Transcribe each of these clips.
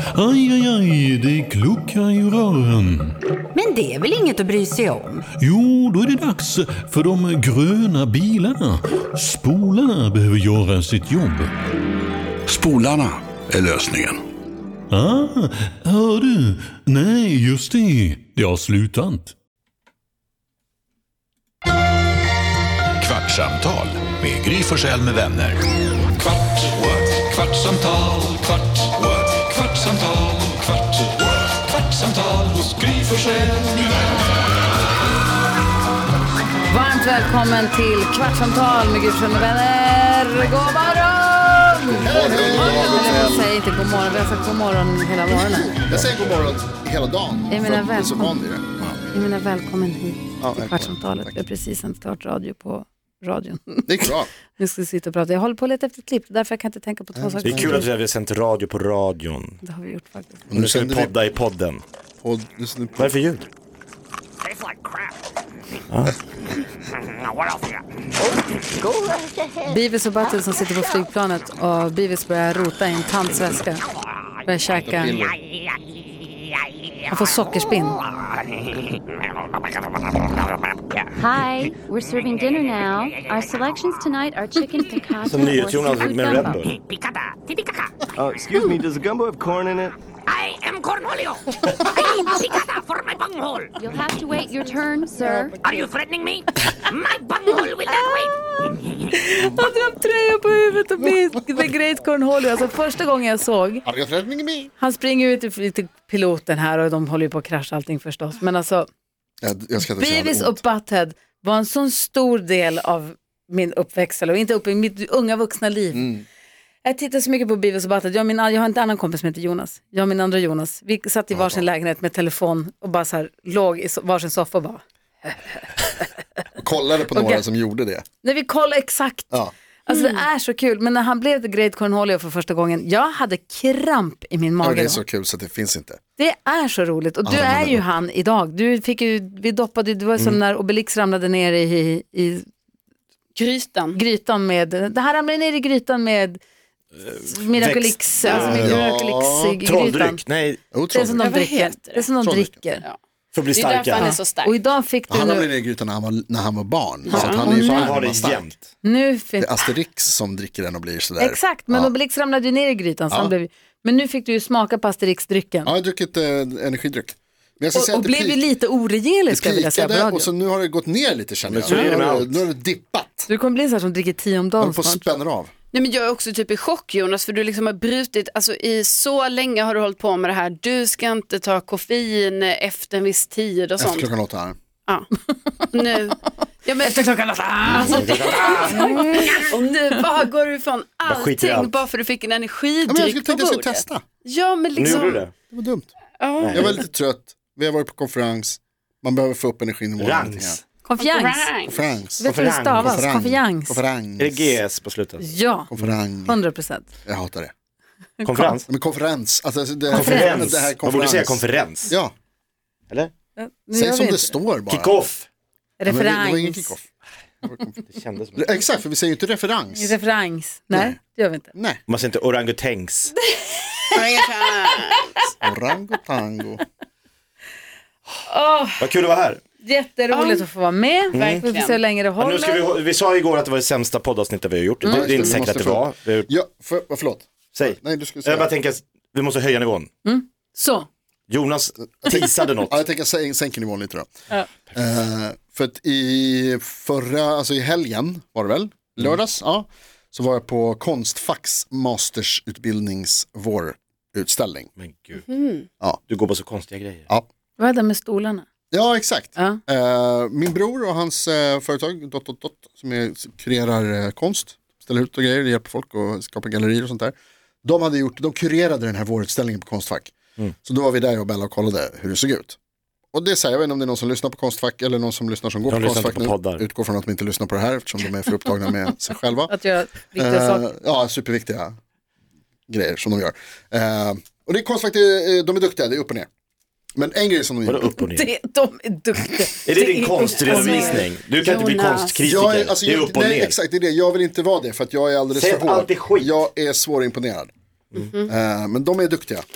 Aj, aj, aj, det kluckar i rören. Men det är väl inget att bry sig om? Jo, då är det dags för de gröna bilarna. Spolarna behöver göra sitt jobb. Spolarna är lösningen. Hör du? Nej, just det. Det har slutat. Kvartsamtal med Gry Forssell med vänner. Kvart, what? Kvartsamtal, kvart, what? Kvartsamtal, kvart, what? Kvartsamtal hos Gry Forssell med vänner. Varmt välkommen till Kvartsamtal med Gry Forssell med vänner. God morgon! Jag säger inte god morgon, vi har sagt god morgon hela morgonen. Jag säger god morgon hela dagen. Jag menar välkommen. Så van vid det. Jag menar välkommen hit Ja, till Kvartsamtalet. Vi har precis sänt klart radio på radion. Det är bra. Nu ska vi sitta och prata. Jag håller på att leta efter ett klipp, därför jag kan inte tänka på två saker. Det är kul att vi har sänt radio på radion. Det har vi gjort faktiskt. Och nu ska vi podda i podden. Vad är det för ljud? Beavis och Butthead som sitter på flygplanet och Beavis börjar rota i en tandsväska. Börjar käka. Han får sockerspinn. Hi, we're serving dinner now. Our selections tonight are chicken piccata Som nyhetsjournal med Red Bull. Excuse me, does the gumbo have corn in it? I am Cornholio. I need piccata for my bunghole. You'll have to wait your turn, sir. Are you threatening me? My bunghole will not wait. Han drar tröja på huvudet och blir The Great Cornholio. Alltså första gången jag såg. Han springer ut till piloten här och de håller ju på att krascha allting förstås. Men alltså Beavis och Butthead var en sån stor del av min uppväxt och inte upp i mitt unga vuxna liv. Jag tittar så mycket på Beavis och Butthead. Jag har en annan kompis som heter Jonas. Jag och min andra Jonas. Vi satt i varsin lägenhet med telefon och bara så här låg i varsin soffa och bara kollade på några som gjorde det. När vi kollade exakt. Ja. Alltså det är så kul. Men när han blev The Great Cornholio för första gången, jag hade kramp i min mage. Ja, det är så kul så att det finns inte. Det är så roligt. Och du är ju han idag. Du fick ju, vi doppade, det var som när Obelix ramlade ner i grytan med, det här ramlade ner i grytan med Miraculix, trolldryck. Nej, det är som de dricker. Det är som de dricker. Ja. För att bli starka. Det är därför han är så stark. Och idag fick du han har blivit grytan när han var barn. Så att han är har det jämnt. Det är Asterix som dricker den och blir sådär. Exakt, men Obelix ramlade ju ner i grytan. Så han blev, men nu fick du ju smaka på Asterix-drycken. Ja, jag har druckit energidryck. Men och blev ju lite oregerlig, ska jag vilja säga på radio. Och så nu har det gått ner lite, känner jag. Nu har det dippat. Du kommer bli så här som dricker 10 om dagen. Jag spänner av. Nej, men jag är också typ i chock, Jonas, för du liksom har brutit, alltså i så länge har du hållit på med det här. Du ska inte ta koffein efter en viss tid och sånt. Efter klockan 8 här. Ja. Nu. Ja, men efter klockan 8. Alltså, och nu bara går du ifrån allting bara för att du fick en energidryck på bordet. Jag skulle testa. Ja, men liksom. Nu gjorde du det. Det var dumt. Jag var lite trött. Vi har varit på konferens. Man behöver få upp energin i morgonen. Konferens. Vet du hur det stavas? Konferens. Är det GS på slutet? Ja, 100%. Jag hatar det. Konferens? Men konferens. Alltså det här konferens. Man borde säga konferens. Ja. Eller? Säg som det står bara. Kick-off. Referens. Det var ingen kick-off. Det kändes som exakt, för vi säger ju inte referens. Referens. Nej, det gör vi inte. Nej. Man säger inte orangutängs. Orangutango. Vad kul att vara här. Jätteroligt att få vara med. Vi får se hur länge det håller. Nu ska vi sa igår att det var det sämsta poddavsnittet vi har gjort. Det är inte säkert att det var. Ja, förlåt. Säg. Nej, du skulle säga. Jag bara tänker att vi måste höja nivån. Så. Jonas teasade något. Ja, jag tänker sänka nivån lite då. Ja. För att i helgen var det väl? Lördags, så var jag på Konstfacks mastersutbildnings vårutställning. Men gud. Ja. Du går på så konstiga grejer. Ja. Vad är det med stolarna? Ja, exakt. Ja. Min bror och hans företag som kurerar konst, ställer ut och grejer, hjälper folk och skapar gallerier och sånt där. De kurerade den här vårutställningen på Konstfack. Så då var vi där och Bella och kollade hur det såg ut. Och det säger jag vet inte om det är någon som lyssnar på Konstfack eller någon som lyssnar som går på Konstfack nu. Utgår från att de inte lyssnar på det här eftersom de är för upptagna med sig själva. Att göra viktiga saker. Ja, superviktiga grejer som de gör. Och det är Konstfack, de är duktiga, det är upp och ner. Men en grej som de gör. Upp och ner? De är duktiga. Är det din konstredovisning? Du kan inte bli konstkritiker. Det är upp och ner. Nej, exakt, det är det. Jag vill inte vara det för att jag är alldeles för hård. Jag är svårimponerad. Men de är duktiga.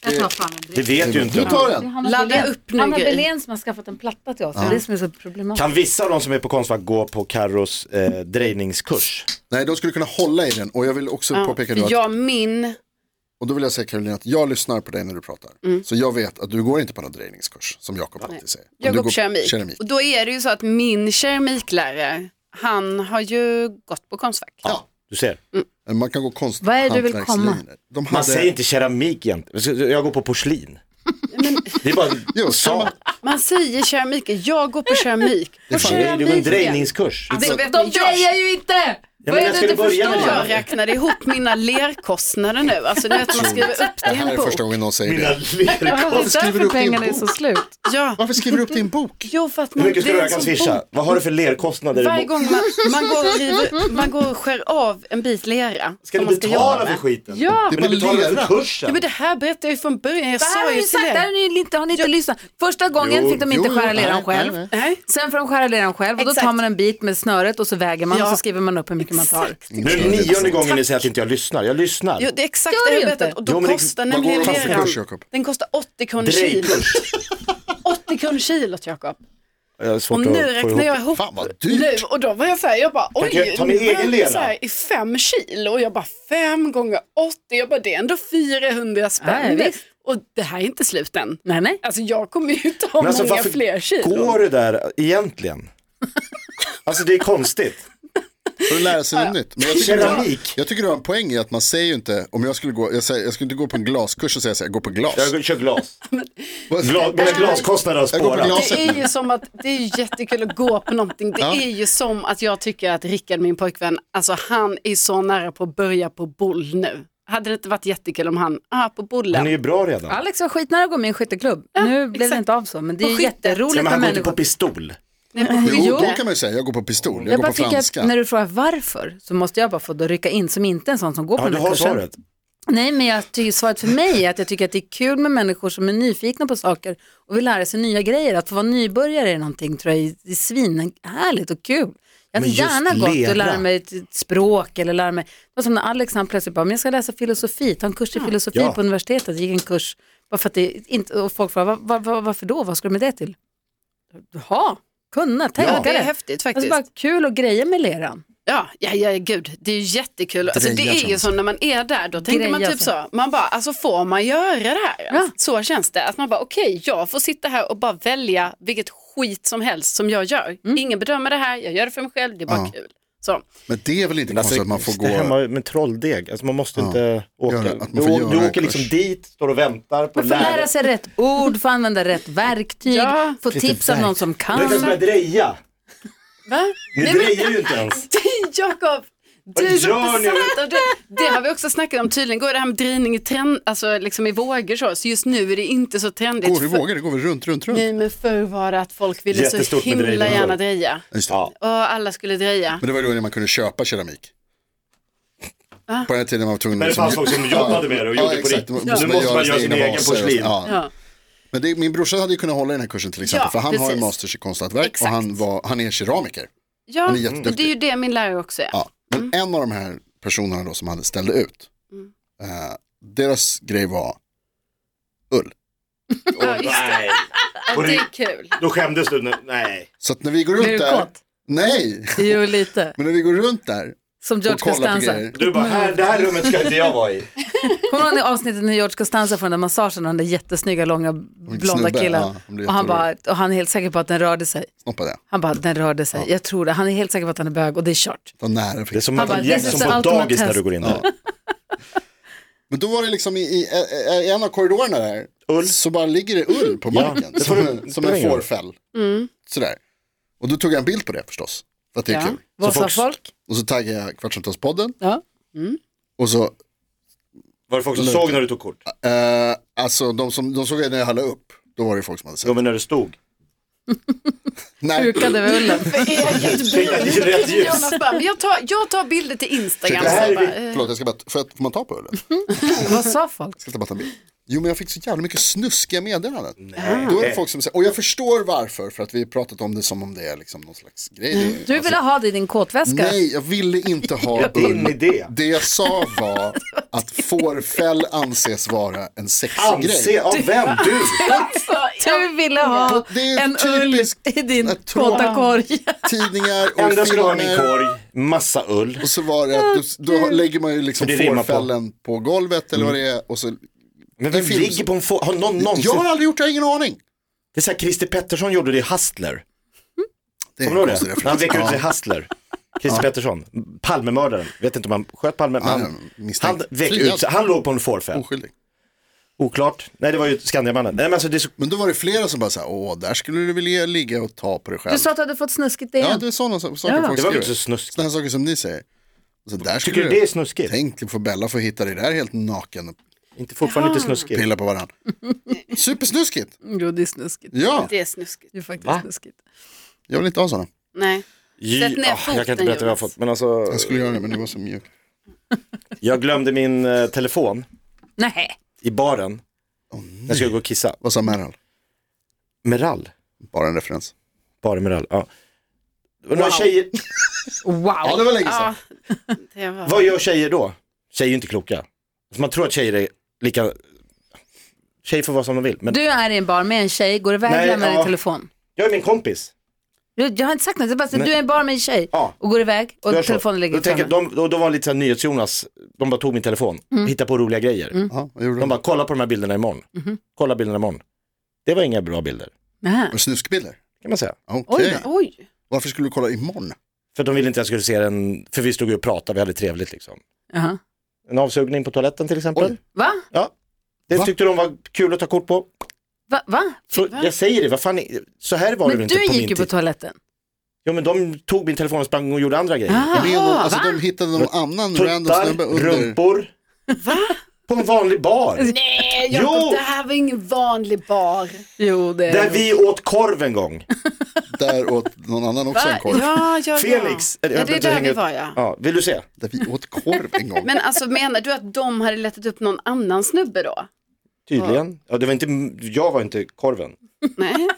Det vet ju inte. Du tar den. Ladda upp nu. Hanna Belén som har skaffat en platta till oss. Det är det som är så problematiskt. Kan vissa av de som är på Konstfack gå på Carros drejningskurs? Nej, de skulle kunna hålla i den. Och jag vill också påpeka då att... Och då vill jag säga, Karolina, att jag lyssnar på dig när du pratar. Så jag vet att du går inte på någon drejningskurs, som Jakob alltid säger. Jag går på keramik. Och då är det ju så att min keramiklärare, han har ju gått på Konstfack. Ja, du ser. Man kan gå konst. Vad är det du vill komma? Man säger inte keramik egentligen. Jag går på porslin. Men... Det är bara man säger keramik. Jag går på keramik. Det är ju en drejningskurs. Alltså, de drejar ju inte! Ja, men jag skulle börja med jag räknade ihop mina lerkostnader nu. Alltså nu vet man skriver upp det i en bok. Det här är första gången någon säger det. Varför skriver du upp pengarna är så slut? Ja. Varför skriver du upp din bok? Jo, för att hur mycket ska du kan swisha? Vad har du för lerkostnader? Varje gång man går och skär av en bit lera. Ska du betala för skiten? Ja. Men du betalar för kursen. Ja, men det här berättade jag ju från början. Jag sa ju till det. Har ni inte lyssnat? Första gången fick de inte skära leran själv. Sen får de skära leran själv. Och då tar man en bit med snöret och så väger man och så skriver man upp hur mycket man tar. Nu är det 9:e gången ni säger att inte jag lyssnar. Jag lyssnar. Jo, det är exakt det jag berättat. Och då kostar nämligen leran. Den kostar 80 kronor kilo. 80 kronor kilot, Jakob. Och nu räknar jag ihop. Fan vad dyrt. Och då var jag så här, jag bara, oj, ta min egen lera. Så här, i 5 kilo. Och jag bara, 5 gånger 80. Jag bara, det är ändå 400 spänn. Och det här är inte slut än. Nej. Alltså jag kommer ju ta många fler kilo. Går det där egentligen? Alltså det är konstigt. För att lära sig något nytt. Men jag tycker du har en poäng i att man säger ju inte, om jag skulle gå, jag skulle inte gå på en glaskurs och säga så här, gå på glas. Jag kör glas. Mina glaskostnader har spårat. Det är ju som att, det är jättekul att gå på någonting. Det är ju som att jag tycker att Rickard, min pojkvän, alltså han är så nära på att börja på boll nu. Hade det inte varit jättekul om han, på bollen. Han är ju bra redan. Alex var skitnära att gå med i en skytteklubb. Nu blev det inte av så, men det är jätteroligt med människor. Han går på pistol. Jo, det kan man ju säga. Jag går på pistol. Jag går på franska. När du frågar varför så måste jag bara få då rycka in som inte en sån som går på den här kursen. Svaret. Nej, men jag tycker svaret för mig är att jag tycker att det är kul med människor som är nyfikna på saker och vill lära sig nya grejer. Att få vara nybörjare i någonting tror jag är svinhärligt och kul. Jag hade gärna gått och lära mig ett språk eller lära mig. Det var som när Alex han plötsligt bara, men jag ska läsa filosofi, ta en kurs i filosofi på universitetet. Gick en kurs bara för att det inte, och folk frågade, varför då? Vad ska du med det till? Kunna, tänka det är häftigt faktiskt. Alltså bara kul och grejer med leran. Ja, gud, det är ju jättekul. Alltså, det är ju så när man är där, då tänker man typ så, man bara, alltså får man göra det här? Ja. Så känns det, att man bara, okej, jag får sitta här och bara välja vilket skit som helst som jag gör. Ingen bedömer det här, jag gör det för mig själv, det är bara kul. Så. Men det är väl inte konstigt att man får gå... hemma med trolldeg, alltså man måste inte åka. Du åker liksom dit, står och väntar på lärare. Man får lära sig rätt ord, få använda rätt verktyg, få tips av någon som kan. Du kan börja dreja. Va? Ni drejar ju inte ens. Jakob, du är så det har vi också snackat om. Tydligen går det här med drivning i trend, alltså liksom i vågor så just nu är det inte så trendigt. Går i vågor, det går väl runt. Nej, men förr var det att folk ville så himla gärna dreja. Och alla skulle dreja. Men det var då när man kunde köpa keramik. På den här tiden man var tvungen. Men det fanns folk som jobbade med det och gjorde på det. Nu måste man göra sin egen porslin. Men min brorsa hade ju kunnat hålla i den här kursen till exempel. För han har en masters i konsthantverk och han är keramiker. Ja, det är ju det min lärare också är. Ja. Men en av de här personerna då som ställde ut, deras grej var ull. Nej. Det är kul. Då skämdes du, nej. Så att när vi går runt där, nej. Jo, lite. Men när vi går runt där som George Costanza. Du bara, det här rummet ska inte jag vara i. Kommer du ihåg avsnittet när George Costanza får den där massagen och den där jättesnygga, långa, blonda killen. Och han är helt säker på att den rörde sig. Han bara, den rörde sig. Jag tror det. Han är helt säker på att han är bög och det är kört. Det är som att han som på dagis när du går in där. Men då var det liksom i en av korridorerna där så bara ligger det ull på marken. Som en fårfäll. Sådär. Och då tog jag en bild på det förstås. För att det är kul. Vad sa folk? Och så taggade jag Kvartsamtalspodden. Ja. Och så... Var det folk som såg när du tog kort? Alltså de såg när jag höll upp. Då var det folk som hade sett. Ja, men när du stod? Nej. Hukade med ullen. Jag tar bilder till Instagram. Förlåt, jag ska bara... Får man ta på ullen? Vad sa folk? Jag ska bara ta en bild. Jo, men jag fick så jävla mycket snuskiga meddelanden. Då är det folk som säger, och jag förstår varför, för att vi har pratat om det som om det är liksom någon slags grej. Du ville ha det i din kåtväska? Nej, jag ville inte ha det. Det jag sa var att fårfäll anses vara en sexgrej. Av vem? Du ville ha en ull i din kåta korg. Tidningar och enda skulle ha min korg, massa ull. Och så var det att då lägger man ju liksom fårfällen på golvet eller vad det är. Och så, men vem ligger på en har någon jag har aldrig gjort det, jag har ingen aning. Det är så här, Christer Pettersson gjorde det i Hustler. Det är en konstig han väcker ut sig Hustler. Christer Pettersson, Palmemördaren. Vet inte om han sköt Palme, han låg på en fårfäll. Oskyldig. Oklart. Nej, det var ju Skandiamannen. Nej, men, alltså, det är så... men då var det flera som bara sa, där skulle du vilja ligga och ta på dig själv. Du sa att du hade fått snuskigt igen. Ja, det är sådana saker folk det var inte så snuskigt. Sådana saker som ni säger. Så där tycker du det är snuskigt? Tänk på Bella för att hitta det där helt naken. Inte fortfarande inte snuskigt. Pilla på varandra. Supersnuskigt. Jo, det är snuskigt. Ja. Det är snuskigt. Det är faktiskt snuskigt. Jag vill inte ha sådana. Nej. Sätt ner foten, jag kan inte berätta vad jag har fått. Men alltså... jag skulle göra det, men det var så mjuk. Jag glömde min telefon. Nej. I baren. Jag skulle gå och kissa. Vad sa Meral? Meral? Bara en referens. Bara Meral, ja. Några tjejer... Wow. Ja, det var länge sedan. Ja, vad gör tjejer då? Tjejer är inte kloka. Man tror att tjejer är lika... Tjejer får vara som de vill. Men... Du är i en bar med en tjej, går iväg och lämnar din telefon. Jag är min kompis. Jag har inte sagt något, det är bara så, du är i en bar med en tjej och går iväg och telefonen ligger framme. Då var lite så här NyhetsJonas, de bara tog min telefon, hittade på roliga grejer. De bara, kolla på de här bilderna imorgon. Kolla bilderna imorgon. Det var inga bra bilder. Snuskbilder? Kan man säga. Okej. Oj. Varför skulle du kolla imorgon? För de ville inte att jag skulle se den, för vi stod och pratade, vi hade trevligt liksom. En avsugning på toaletten till exempel. Oj. Va? Ja. Det tyckte de var kul att ta kort på. Va? Så jag säger det, vad fan, så här var det inte på min tid. Men du gick ju på toaletten. Ja, men de tog min telefon och sprang och gjorde andra grejer. Alltså de hittade någon annan random snubbe under... rumpor. Va? På en vanlig bar. Nej, Jakob, det här var ingen vanlig bar. Jo, det där vi åt korv en gång. Där åt någon annan också en korv. Ja. Felix. Ja, det är där vi var, ja. Vill du se? Där vi åt korv en gång. Men alltså, menar du att de hade letat upp någon annan snubbe då? Tydligen. Ja, det var inte, jag var inte korven. Nej.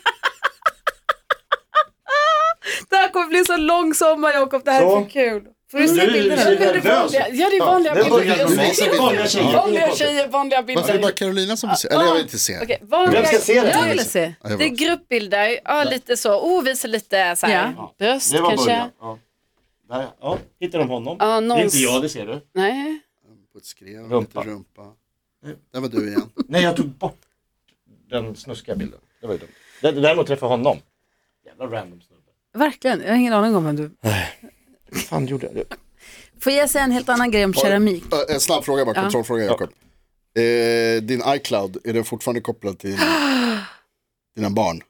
Det här kommer bli så lång sommar, Jakob. Det här är för kul. Får du se bilderna? Ja, det är vanliga bilder. Vanliga bilder. Varför är det bara Carolina som vill se? Eller jag vill inte se. Okej, vem ska se det? Jag vill se. Det är gruppbilder. Ja, lite så. Visa lite så här. Bröst det var kanske. Början. Ja, hittar de honom. Det är inte jag, det ser du. Nej. På ett skrev, rumpa. Där var du igen. Nej, jag tog bort den snuskiga bilden. Det var ju dumt. Däremot träffade honom. Jävla random snubbe. Verkligen, jag har ingen aning om vem du... Vad fan gjorde jag det? Får jag säga en helt annan grej om keramik? En snabb fråga bara, kontrollfråga Jakob. Din iCloud, är den fortfarande kopplad till dina barn?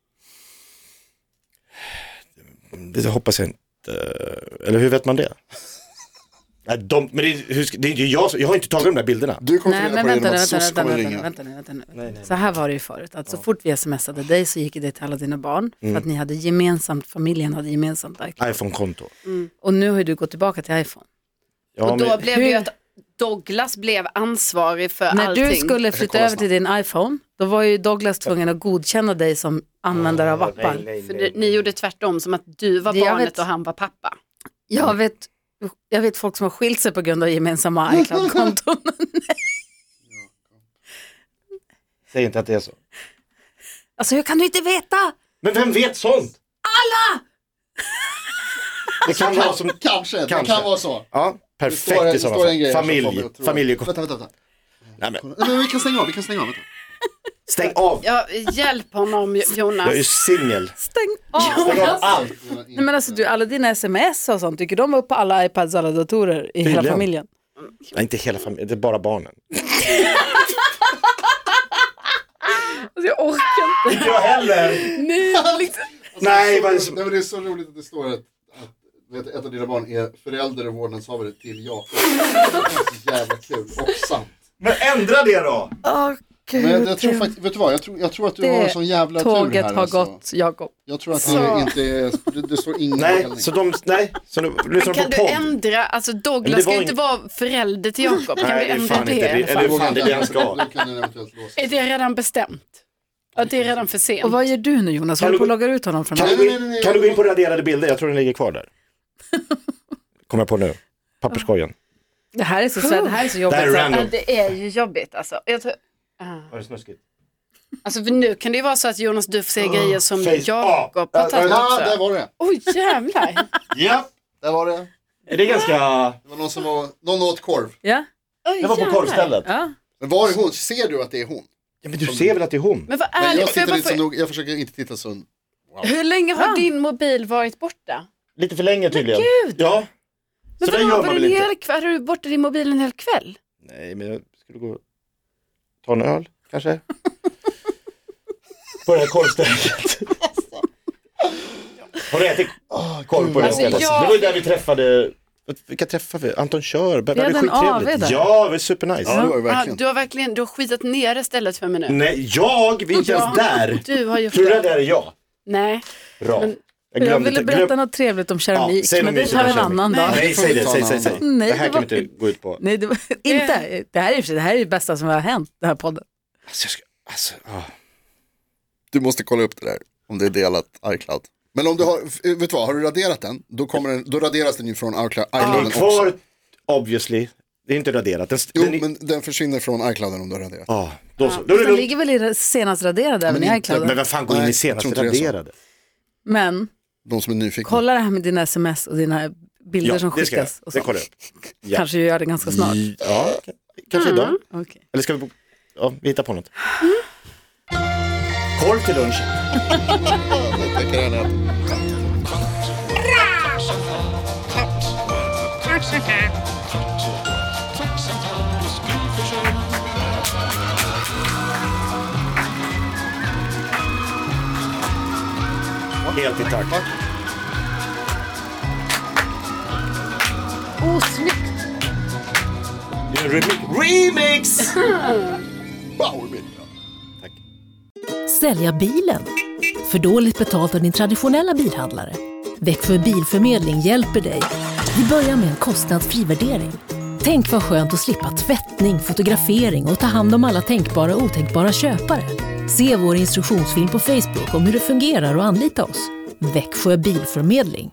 Det hoppas jag inte. Eller hur vet man det? Nej, men det är jag har inte tagit de där bilderna. Du kommer Nej, men vänta nu. Nej. Så här var det ju förut. Att så fort vi smsade dig så gick det till alla dina barn. För att ni hade familjen hade gemensamt iPhone-konto. Och nu har ju du gått tillbaka till iPhone. Ja, och då blev det ju att Douglas blev ansvarig för allting. När du skulle flytta över till din iPhone, då var ju Douglas tvungen att godkänna dig som användare av appar. Nej. För ni gjorde tvärtom, som att du var barnet och han var pappa. Jag vet folk som har skilt sig på grund av gemensamma iCloud-konton. Säg inte att det är så. Alltså hur kan du inte veta? Men vem vet sånt? Alla! Det kan vara som... Kanske, det kan vara så. Ja, perfekt i sådana fall. Familjekonto. Vänta. Men vi kan stänga av, Vänta. Stäng av. Ja, hjälp honom, Jonas. Jag är ju singel. Stäng av allt. Nej, men alltså, alla dina sms och sånt, tycker de upp på alla iPads och alla datorer i hela familjen? Nej, inte hela familjen, det är bara barnen. Alltså, jag orkar inte. Inte jag heller. Nej, men det är så roligt att det står att ett av dina barn är förälder och vårdnadshavare till Jakob. Det är så jävla kul och sant. Men ändra det då! Men jag tror faktiskt, vet du vad? Jag tror att du har en sån jävla tur här. Tåget har gått, Jakob. Jag tror att det inte är, det står ingen Nej, så nu lyssnar kan på du ändra, alltså Douglas ska inte vara förälder till Jakob. Kan nej, du ändra det? Eller det är det han ska. Är det redan bestämt? Att det är redan för sent. Och vad gör du nu, Jonas? Håller på att logga ut honom från kan du gå in på raderade bilder? Jag tror den ligger kvar där. Kommer jag på nu. Papperskorgen. Det här är så svårt, det här är så jobbigt. Det är ju jobbigt alltså. Jag tror... Var det snuskigt? Alltså för nu kan det ju vara så att Jonas, du får se grejer som Jakob har tagit också. Ja, där var det. Oj, jävlar. Ja, där var det. Är det ganska... Det var någon åt korv. Ja. Det var på korvstället. Ja. Men var är hon? Ser du att det är hon? Ja, men du ser väl att det är hon? Men vad är jag försöker inte titta så... Wow. Hur länge har din mobil varit borta? Lite för länge tydligen. Men gud! Ja. Men så det gör man väl inte. Har du borta din mobil en hel kväll? Nej, men jag skulle gå ta en öl, kanske. På det här korvstället. Har du ätit korv på det stället? Det var ju där vi träffade... Vilka träffade vi? Anton Körberg. Det var skittrevligt. Ja, det var supernice. Ja, det var verkligen. Du har skitat ner det stället för mig nu. Nej, vi är inte ens där. Du har gjort tror du det är jag? Nej. Bra. Men... Jag ville berätta något trevligt om keramik, men det tar vi en annan dag. Nej, säg det. Nej, det här kan vi inte gå ut på. Nej, inte. Det här är det bästa som har hänt, det här podden. Du måste kolla upp det där, om det är delat iCloud. Men om du har, vet du vad, har du raderat den, då raderas den ju från iCloud kvar, också. Obviously. Det är inte raderat. Men den försvinner från iClouden om du har raderat. Den ligger väl i det senast raderade även i iClouden. Men vad fan går in i senast raderade? Men de som är nyfikna. Kolla det här med dina sms och dina bilder som skickas. Det kollar jag upp. Ja. Kanske gör det ganska snart. Ja, kanske idag. Okay. Eller ska vi hittar på något. Korv till lunch. Helt i takt. Snyggt. Remix! Tack. Sälja bilen. För dåligt betalt av din traditionella bilhandlare. Växjö Bilförmedling hjälper dig. Vi börjar med en kostnadsfri värdering. Tänk vad skönt att slippa tvättning, fotografering och ta hand om alla tänkbara och otänkbara köpare. Se vår instruktionsfilm på Facebook om hur det fungerar och anlita oss. Växjö Bilförmedling.